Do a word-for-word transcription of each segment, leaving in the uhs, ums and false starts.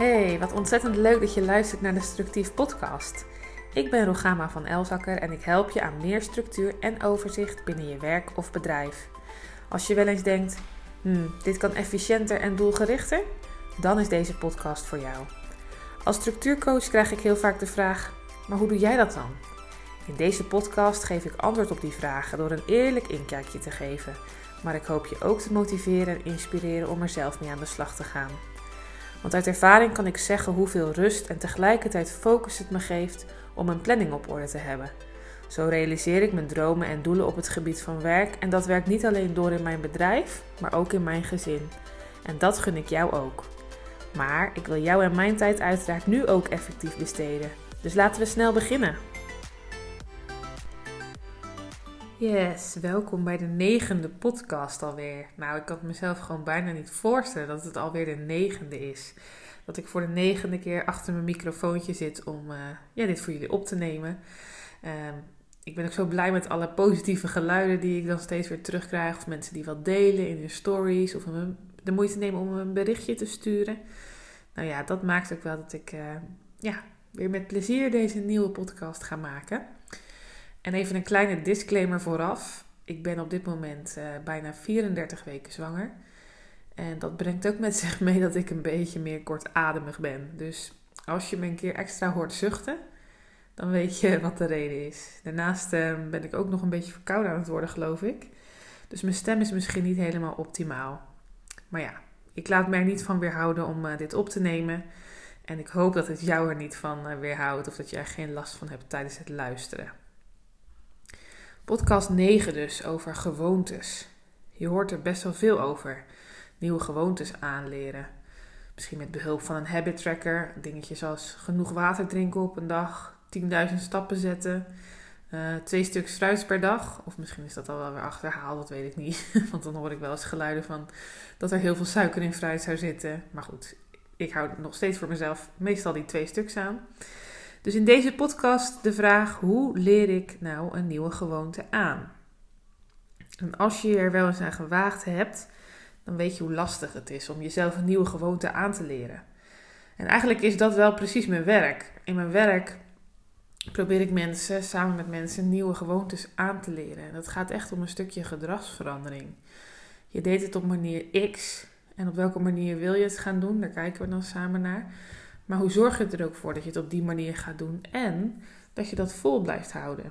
Hey, wat ontzettend leuk dat je luistert naar de Structief podcast. Ik ben Rogama van Elzakker en ik help je aan meer structuur en overzicht binnen je werk of bedrijf. Als je wel eens denkt, hmm, dit kan efficiënter en doelgerichter, dan is deze podcast voor jou. Als structuurcoach krijg ik heel vaak de vraag, maar hoe doe jij dat dan? In deze podcast geef ik antwoord op die vragen door een eerlijk inkijkje te geven. Maar ik hoop je ook te motiveren en inspireren om er zelf mee aan de slag te gaan. Want uit ervaring kan ik zeggen hoeveel rust en tegelijkertijd focus het me geeft om een planning op orde te hebben. Zo realiseer ik mijn dromen en doelen op het gebied van werk en dat werkt niet alleen door in mijn bedrijf, maar ook in mijn gezin. En dat gun ik jou ook. Maar ik wil jou en mijn tijd uiteraard nu ook effectief besteden. Dus laten we snel beginnen. Yes, welkom bij de negende podcast alweer. Nou, ik kan het mezelf gewoon bijna niet voorstellen dat het alweer de negende is. Dat ik voor de negende keer achter mijn microfoontje zit om uh, ja, dit voor jullie op te nemen. Um, ik ben ook zo blij met alle positieve geluiden die ik dan steeds weer terugkrijg. Of mensen die wat delen in hun stories of de moeite nemen om een berichtje te sturen. Nou ja, dat maakt ook wel dat ik uh, ja, weer met plezier deze nieuwe podcast ga maken. En even een kleine disclaimer vooraf. Ik ben op dit moment uh, bijna vierendertig weken zwanger. En dat brengt ook met zich mee dat ik een beetje meer kortademig ben. Dus als je me een keer extra hoort zuchten, dan weet je wat de reden is. Daarnaast uh, ben ik ook nog een beetje verkouden aan het worden, geloof ik. Dus mijn stem is misschien niet helemaal optimaal. Maar ja, ik laat me er niet van weerhouden om uh, dit op te nemen. En ik hoop dat het jou er niet van uh, weerhoudt of dat je er geen last van hebt tijdens het luisteren. Podcast negen dus, over gewoontes. Je hoort er best wel veel over. Nieuwe gewoontes aanleren. Misschien met behulp van een habit tracker. Dingetjes als genoeg water drinken op een dag. tienduizend stappen zetten. Uh, twee stuks fruit per dag. Of misschien is dat al wel weer achterhaald, dat weet ik niet. Want dan hoor ik wel eens geluiden van dat er heel veel suiker in fruit zou zitten. Maar goed, ik hou nog steeds voor mezelf meestal die twee stuks aan. Dus in deze podcast de vraag, hoe leer ik nou een nieuwe gewoonte aan? En als je er wel eens aan gewaagd hebt, dan weet je hoe lastig het is om jezelf een nieuwe gewoonte aan te leren. En eigenlijk is dat wel precies mijn werk. In mijn werk probeer ik mensen, samen met mensen, nieuwe gewoontes aan te leren. En dat gaat echt om een stukje gedragsverandering. Je deed het op manier X. En op welke manier wil je het gaan doen? Daar kijken we dan samen naar. Maar hoe zorg je er ook voor dat je het op die manier gaat doen en dat je dat vol blijft houden?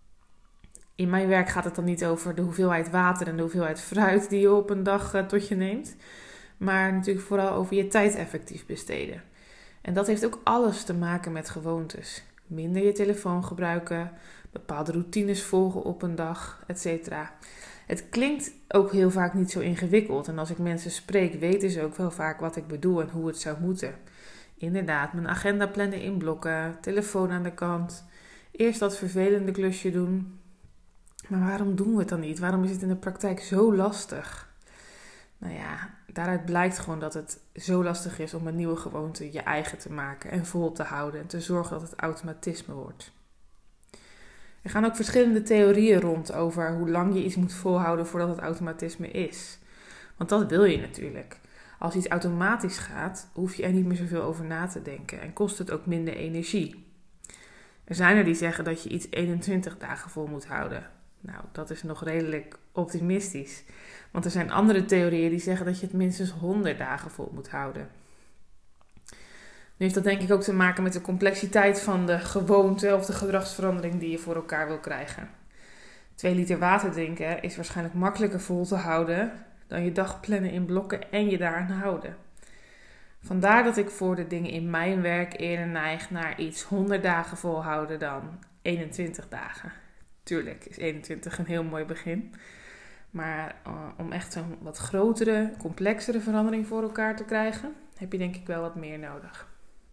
In mijn werk gaat het dan niet over de hoeveelheid water en de hoeveelheid fruit die je op een dag uh, tot je neemt. Maar natuurlijk vooral over je tijd effectief besteden. En dat heeft ook alles te maken met gewoontes. Minder je telefoon gebruiken, bepaalde routines volgen op een dag, et cetera. Het klinkt ook heel vaak niet zo ingewikkeld. En als ik mensen spreek, weten ze ook wel vaak wat ik bedoel en hoe het zou moeten. Inderdaad, mijn agenda plannen in blokken, telefoon aan de kant. Eerst dat vervelende klusje doen. Maar waarom doen we het dan niet? Waarom is het in de praktijk zo lastig? Nou ja, daaruit blijkt gewoon dat het zo lastig is om een nieuwe gewoonte je eigen te maken en vol te houden en te zorgen dat het automatisme wordt. Er gaan ook verschillende theorieën rond over hoe lang je iets moet volhouden voordat het automatisme is. Want dat wil je natuurlijk. Als iets automatisch gaat, hoef je er niet meer zoveel over na te denken en kost het ook minder energie. Er zijn er die zeggen dat je iets eenentwintig dagen vol moet houden. Nou, dat is nog redelijk optimistisch. Want er zijn andere theorieën die zeggen dat je het minstens honderd dagen vol moet houden. Nu heeft dat denk ik ook te maken met de complexiteit van de gewoonte of de gedragsverandering die je voor elkaar wil krijgen. Twee liter water drinken is waarschijnlijk makkelijker vol te houden dan je dag plannen in blokken en je daaraan houden. Vandaar dat ik voor de dingen in mijn werk eerder neig naar iets honderd dagen volhouden dan eenentwintig dagen. Tuurlijk is eenentwintig een heel mooi begin. Maar uh, om echt een wat grotere, complexere verandering voor elkaar te krijgen, heb je denk ik wel wat meer nodig.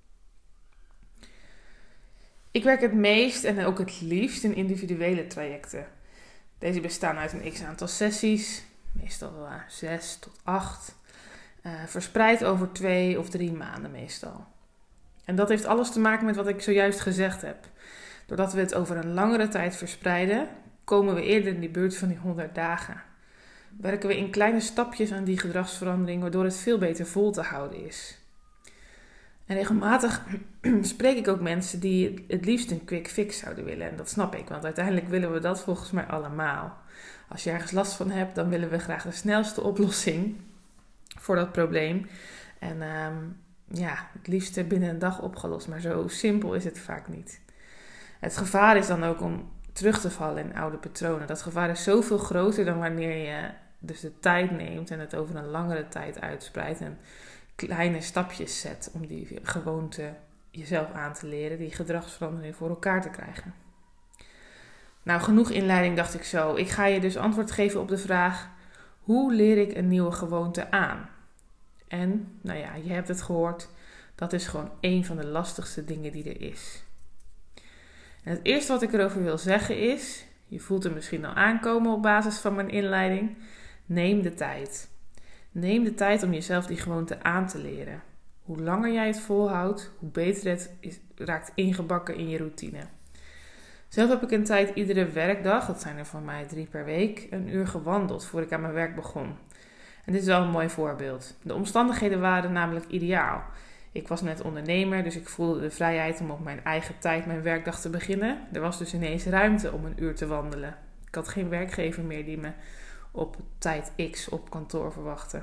Ik werk het meest en ook het liefst in individuele trajecten. Deze bestaan uit een x-aantal sessies, meestal uh, zes tot acht, uh, verspreid over twee of drie maanden meestal. En dat heeft alles te maken met wat ik zojuist gezegd heb. Doordat we het over een langere tijd verspreiden, komen we eerder in die buurt van die honderd dagen. Werken we in kleine stapjes aan die gedragsverandering, waardoor het veel beter vol te houden is. En regelmatig spreek ik ook mensen die het liefst een quick fix zouden willen. En dat snap ik, want uiteindelijk willen we dat volgens mij allemaal. Als je ergens last van hebt, dan willen we graag de snelste oplossing voor dat probleem. En um, ja, het liefst binnen een dag opgelost. Maar zo simpel is het vaak niet. Het gevaar is dan ook om terug te vallen in oude patronen. Dat gevaar is zoveel groter dan wanneer je dus de tijd neemt en het over een langere tijd uitspreidt. En kleine stapjes zet om die gewoonte jezelf aan te leren, die gedragsverandering voor elkaar te krijgen. Nou, genoeg inleiding dacht ik zo. Ik ga je dus antwoord geven op de vraag: hoe leer ik een nieuwe gewoonte aan? En, nou ja, je hebt het gehoord, dat is gewoon één van de lastigste dingen die er is. En het eerste wat ik erover wil zeggen is, je voelt het misschien al aankomen op basis van mijn inleiding, neem de tijd. Neem de tijd om jezelf die gewoonte aan te leren. Hoe langer jij het volhoudt, hoe beter het is, raakt ingebakken in je routine. Zelf heb ik een tijd iedere werkdag, dat zijn er voor mij drie per week, een uur gewandeld voordat ik aan mijn werk begon. En dit is wel een mooi voorbeeld. De omstandigheden waren namelijk ideaal. Ik was net ondernemer, dus ik voelde de vrijheid om op mijn eigen tijd mijn werkdag te beginnen. Er was dus ineens ruimte om een uur te wandelen. Ik had geen werkgever meer die me op tijd X op kantoor verwachtte.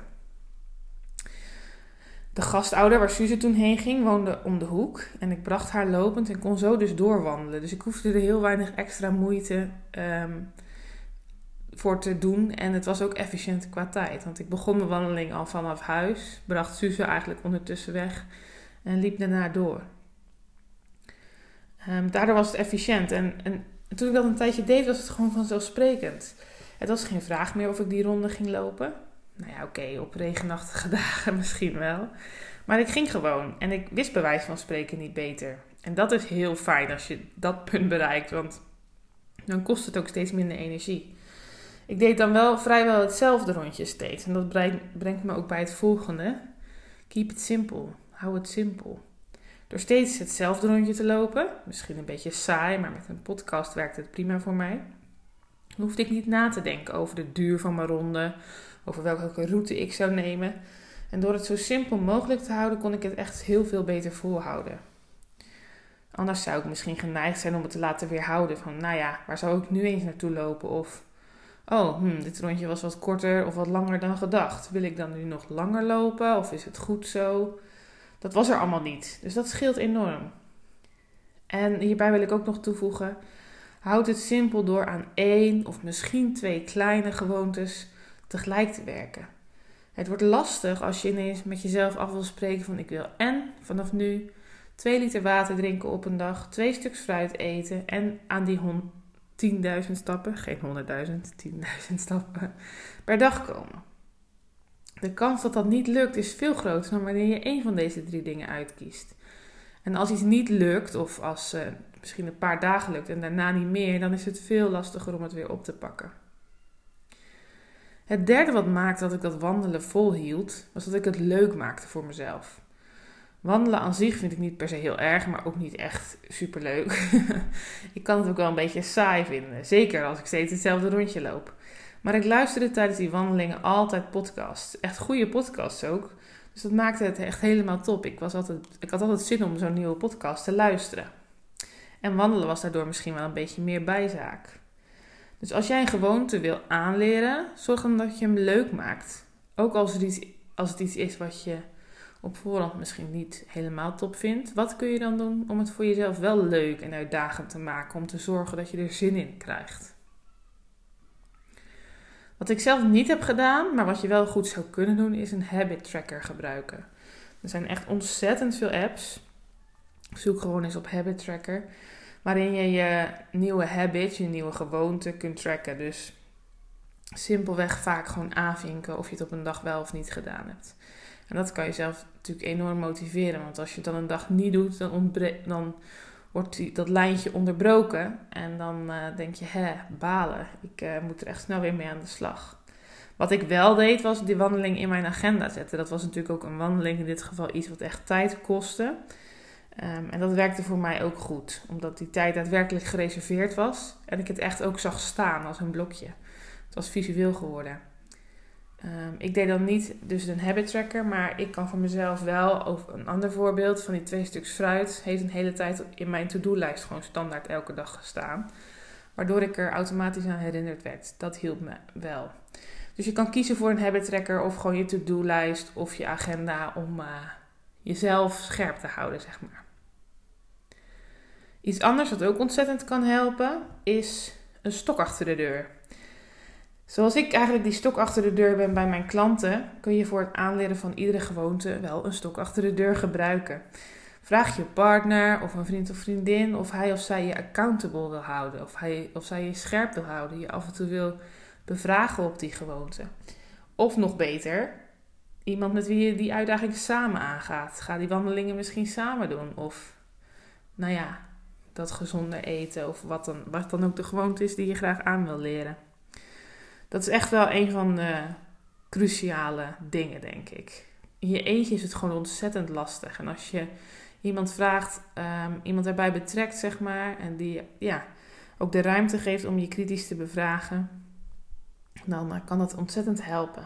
De gastouder waar Suze toen heen ging, woonde om de hoek. En ik bracht haar lopend en kon zo dus doorwandelen. Dus ik hoefde er heel weinig extra moeite um, voor te doen. En het was ook efficiënt qua tijd. Want ik begon mijn wandeling al vanaf huis. Bracht Suze eigenlijk ondertussen weg. En liep daarna door. Um, daardoor was het efficiënt. En, en toen ik dat een tijdje deed, was het gewoon vanzelfsprekend. Het was geen vraag meer of ik die ronde ging lopen. Nou ja, oké, okay, op regenachtige dagen misschien wel. Maar ik ging gewoon. En ik wist bij wijze van spreken niet beter. En dat is heel fijn als je dat punt bereikt. Want dan kost het ook steeds minder energie. Ik deed dan wel vrijwel hetzelfde rondje steeds. En dat brengt me ook bij het volgende. Keep it simple. Hou het simpel. Door steeds hetzelfde rondje te lopen. Misschien een beetje saai, maar met een podcast werkt het prima voor mij. Hoefde ik niet na te denken over de duur van mijn ronde. Over welke route ik zou nemen. En door het zo simpel mogelijk te houden, kon ik het echt heel veel beter volhouden. Anders zou ik misschien geneigd zijn om het te laten weerhouden. Van, nou ja, waar zou ik nu eens naartoe lopen? Of, oh, hmm, dit rondje was wat korter of wat langer dan gedacht. Wil ik dan nu nog langer lopen? Of is het goed zo? Dat was er allemaal niet. Dus dat scheelt enorm. En hierbij wil ik ook nog toevoegen, houd het simpel door aan één of misschien twee kleine gewoontes tegelijk te werken. Het wordt lastig als je ineens met jezelf af wil spreken van ik wil en vanaf nu twee liter water drinken op een dag, twee stuks fruit eten en aan die tienduizend stappen, geen honderdduizend, tienduizend stappen per dag komen. De kans dat dat niet lukt is veel groter dan wanneer je één van deze drie dingen uitkiest. En als iets niet lukt of als uh, misschien een paar dagen lukt en daarna niet meer, dan is het veel lastiger om het weer op te pakken. Het derde wat maakte dat ik dat wandelen volhield, was dat ik het leuk maakte voor mezelf. Wandelen aan zich vind ik niet per se heel erg, maar ook niet echt superleuk. Ik kan het ook wel een beetje saai vinden, zeker als ik steeds hetzelfde rondje loop. Maar ik luisterde tijdens die wandelingen altijd podcasts, echt goede podcasts ook. Dus dat maakte het echt helemaal top. Ik, was altijd, ik had altijd zin om zo'n nieuwe podcast te luisteren. En wandelen was daardoor misschien wel een beetje meer bijzaak. Dus als jij een gewoonte wil aanleren, zorg dan dat je hem leuk maakt. Ook als het iets, als het iets is wat je op voorhand misschien niet helemaal top vindt. Wat kun je dan doen om het voor jezelf wel leuk en uitdagend te maken? Om te zorgen dat je er zin in krijgt. Wat ik zelf niet heb gedaan, maar wat je wel goed zou kunnen doen, is een habit tracker gebruiken. Er zijn echt ontzettend veel apps. Zoek gewoon eens op habit tracker. Waarin je je nieuwe habits, je nieuwe gewoonten kunt tracken. Dus simpelweg vaak gewoon aanvinken of je het op een dag wel of niet gedaan hebt. En dat kan jezelf natuurlijk enorm motiveren. Want als je het dan een dag niet doet, dan, ontbre- dan wordt die, dat lijntje onderbroken. En dan uh, denk je, hè, balen. Ik uh, moet er echt snel weer mee aan de slag. Wat ik wel deed, was die wandeling in mijn agenda zetten. Dat was natuurlijk ook een wandeling, in dit geval iets wat echt tijd kostte. Um, en dat werkte voor mij ook goed. Omdat die tijd daadwerkelijk gereserveerd was. En ik het echt ook zag staan als een blokje. Het was visueel geworden. Um, ik deed dan niet dus een habit tracker, maar ik kan voor mezelf wel, over een ander voorbeeld van die twee stuks fruit, heeft een hele tijd in mijn to-do-lijst gewoon standaard elke dag gestaan. Waardoor ik er automatisch aan herinnerd werd. Dat hielp me wel. Dus je kan kiezen voor een habit tracker of gewoon je to-do-lijst of je agenda om uh, jezelf scherp te houden, zeg maar. Iets anders wat ook ontzettend kan helpen is een stok achter de deur. Zoals ik eigenlijk die stok achter de deur ben bij mijn klanten, kun je voor het aanleren van iedere gewoonte wel een stok achter de deur gebruiken. Vraag je partner of een vriend of vriendin of hij of zij je accountable wil houden. Of, hij, of zij je scherp wil houden. Je af en toe wil bevragen op die gewoonte. Of nog beter, iemand met wie je die uitdaging samen aangaat. Ga die wandelingen misschien samen doen. Of nou ja, dat gezonde eten. Of wat dan, wat dan ook de gewoonte is die je graag aan wil leren. Dat is echt wel een van de cruciale dingen, denk ik. In je eentje is het gewoon ontzettend lastig. En als je iemand vraagt, um, iemand erbij betrekt, zeg maar, en die ja, ook de ruimte geeft om je kritisch te bevragen, dan uh, kan dat ontzettend helpen.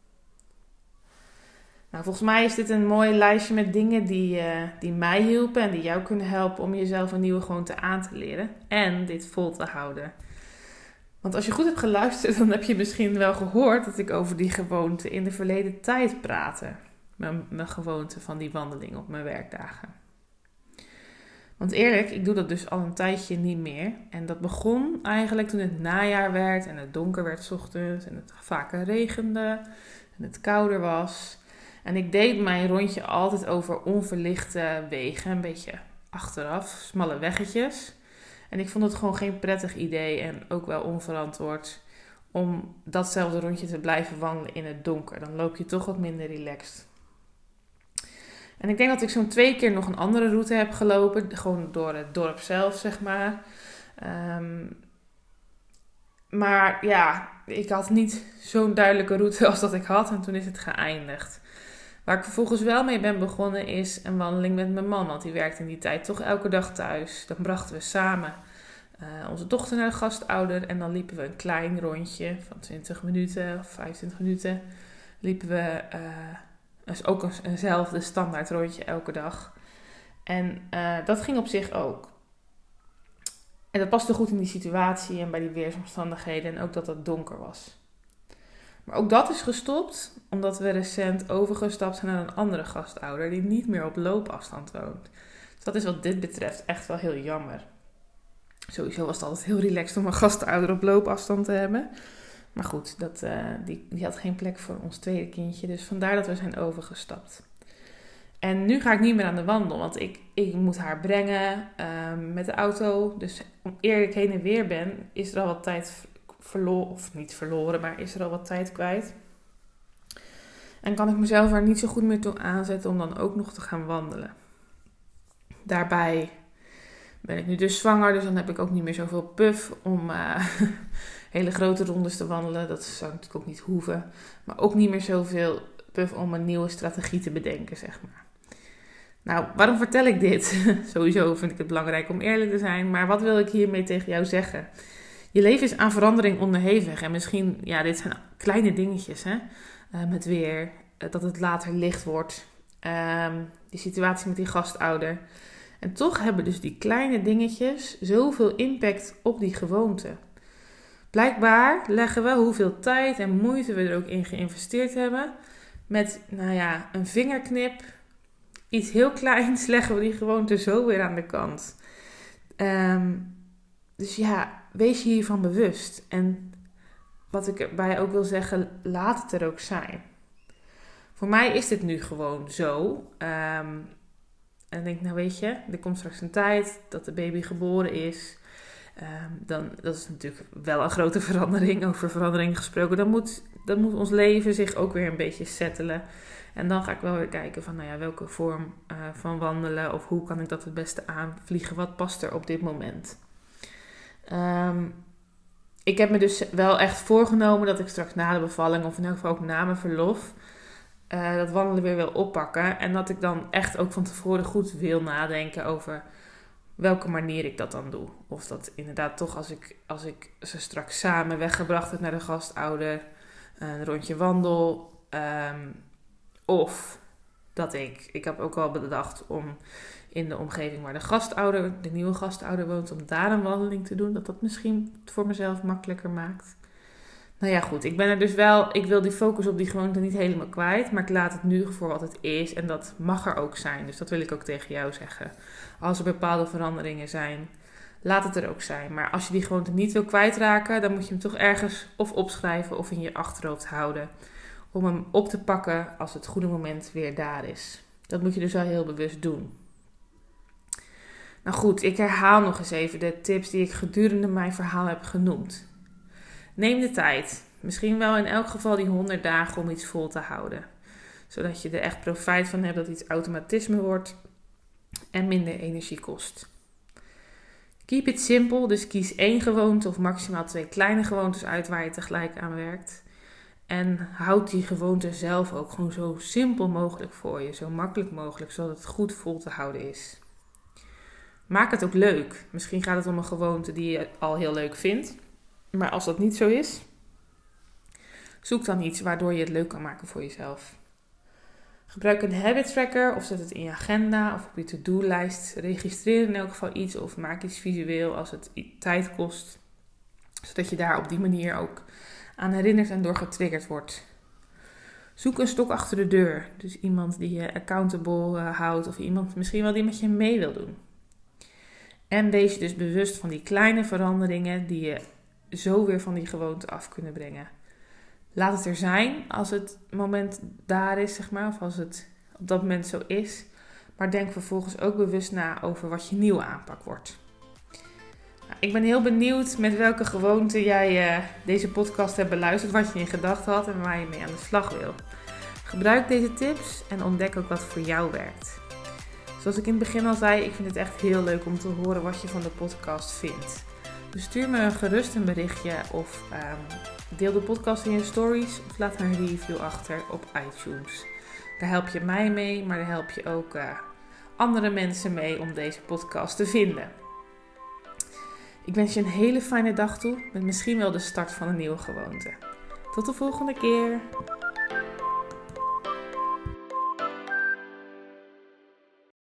Nou, volgens mij is dit een mooi lijstje met dingen die, uh, die mij hielpen en die jou kunnen helpen om jezelf een nieuwe gewoonte aan te leren en dit vol te houden. Want als je goed hebt geluisterd, dan heb je misschien wel gehoord dat ik over die gewoonte in de verleden tijd praatte. Mijn, mijn gewoonte van die wandeling op mijn werkdagen. Want eerlijk, ik doe dat dus al een tijdje niet meer. En dat begon eigenlijk toen het najaar werd en het donker werd 's ochtends en het vaker regende en het kouder was. En ik deed mijn rondje altijd over onverlichte wegen, een beetje achteraf, smalle weggetjes. En ik vond het gewoon geen prettig idee en ook wel onverantwoord om datzelfde rondje te blijven wandelen in het donker. Dan loop je toch wat minder relaxed. En ik denk dat ik zo'n twee keer nog een andere route heb gelopen. Gewoon door het dorp zelf, zeg maar. Um, maar ja, ik had niet zo'n duidelijke route als dat ik had. En toen is het geëindigd. Waar ik vervolgens wel mee ben begonnen is een wandeling met mijn man. Want die werkte in die tijd toch elke dag thuis. Dan brachten we samen uh, onze dochter naar de gastouder. En dan liepen we een klein rondje van twintig minuten of vijfentwintig minuten. Liepen we... Uh, Dus ook een, eenzelfde standaard rondje elke dag. En uh, dat ging op zich ook. En dat paste goed in die situatie en bij die weersomstandigheden. En ook dat het donker was. Maar ook dat is gestopt. Omdat we recent overgestapt zijn naar een andere gastouder. Die niet meer op loopafstand woont. Dus dat is wat dit betreft echt wel heel jammer. Sowieso was het altijd heel relaxed om een gastouder op loopafstand te hebben. Maar goed, dat, uh, die, die had geen plek voor ons tweede kindje. Dus vandaar dat we zijn overgestapt. En nu ga ik niet meer aan de wandel. Want ik, ik moet haar brengen um, met de auto. Dus om eer ik heen en weer ben, is er al wat tijd verloren. Of niet verloren, maar is er al wat tijd kwijt. En kan ik mezelf er niet zo goed meer toe aanzetten om dan ook nog te gaan wandelen. Daarbij ben ik nu dus zwanger. Dus dan heb ik ook niet meer zoveel puff om... Uh, hele grote rondes te wandelen, dat zou natuurlijk ook niet hoeven. Maar ook niet meer zoveel puff om een nieuwe strategie te bedenken, zeg maar. Nou, waarom vertel ik dit? Sowieso vind ik het belangrijk om eerlijk te zijn. Maar wat wil ik hiermee tegen jou zeggen? Je leven is aan verandering onderhevig. En misschien, ja, dit zijn kleine dingetjes, hè. Uh, met weer, uh, dat het later licht wordt. Uh, die situatie met die gastouder. En toch hebben dus die kleine dingetjes zoveel impact op die gewoonte. Blijkbaar leggen we hoeveel tijd en moeite we er ook in geïnvesteerd hebben. Met, nou ja, een vingerknip, iets heel kleins, leggen we die gewoonte zo weer aan de kant. Um, dus ja, wees je hiervan bewust. En wat ik erbij ook wil zeggen, laat het er ook zijn. Voor mij is dit nu gewoon zo. Um, en ik denk, nou weet je, er komt straks een tijd dat de baby geboren is. Um, dan, dat is natuurlijk wel een grote verandering, over verandering gesproken. Dan moet, dan moet ons leven zich ook weer een beetje settelen. En dan ga ik wel weer kijken van, nou ja, welke vorm uh, van wandelen of hoe kan ik dat het beste aanvliegen. Wat past er op dit moment? Um, ik heb me dus wel echt voorgenomen dat ik straks na de bevalling of in elk geval ook na mijn verlof uh, dat wandelen weer wil oppakken. En dat ik dan echt ook van tevoren goed wil nadenken over welke manier ik dat dan doe. Of dat inderdaad toch als ik, als ik ze straks samen weggebracht heb naar de gastouder, een rondje wandel. Um, of dat ik, ik heb ook al bedacht om in de omgeving waar de gastouder, de nieuwe gastouder woont, om daar een wandeling te doen. Dat dat misschien voor mezelf makkelijker maakt. Nou ja, goed. Ik ben er dus wel, ik wil die focus op die gewoonte niet helemaal kwijt. Maar ik laat het nu voor wat het is. En dat mag er ook zijn. Dus dat wil ik ook tegen jou zeggen. Als er bepaalde veranderingen zijn, laat het er ook zijn. Maar als je die gewoonte niet wil kwijtraken, dan moet je hem toch ergens of opschrijven of in je achterhoofd houden. Om hem op te pakken als het goede moment weer daar is. Dat moet je dus wel heel bewust doen. Nou goed, ik herhaal nog eens even de tips die ik gedurende mijn verhaal heb genoemd. Neem de tijd. Misschien wel in elk geval die honderd dagen om iets vol te houden. Zodat je er echt profijt van hebt dat iets automatisme wordt en minder energie kost. Keep it simple, dus kies één gewoonte of maximaal twee kleine gewoontes uit waar je tegelijk aan werkt. En houd die gewoonte zelf ook gewoon zo simpel mogelijk voor je, zo makkelijk mogelijk, zodat het goed vol te houden is. Maak het ook leuk. Misschien gaat het om een gewoonte die je al heel leuk vindt. Maar als dat niet zo is, zoek dan iets waardoor je het leuk kan maken voor jezelf. Gebruik een habit tracker of zet het in je agenda of op je to-do-lijst. Registreer in elk geval iets of maak iets visueel als het tijd kost. Zodat je daar op die manier ook aan herinnerd en door getriggerd wordt. Zoek een stok achter de deur. Dus iemand die je accountable uh, houdt of iemand misschien wel die met je mee wil doen. En wees je dus bewust van die kleine veranderingen die je zo weer van die gewoonte af kunnen brengen. Laat het er zijn als het moment daar is, zeg maar, of als het op dat moment zo is. Maar denk vervolgens ook bewust na over wat je nieuwe aanpak wordt. Nou, ik ben heel benieuwd met welke gewoonte jij uh, deze podcast hebt beluisterd, wat je in gedachten had en waar je mee aan de slag wil. Gebruik deze tips en ontdek ook wat voor jou werkt. Zoals ik in het begin al zei, ik vind het echt heel leuk om te horen wat je van de podcast vindt. Dus stuur me gerust een berichtje of um, deel de podcast in je stories of laat een review achter op iTunes. Daar help je mij mee, maar daar help je ook uh, andere mensen mee om deze podcast te vinden. Ik wens je een hele fijne dag toe met misschien wel de start van een nieuwe gewoonte. Tot de volgende keer!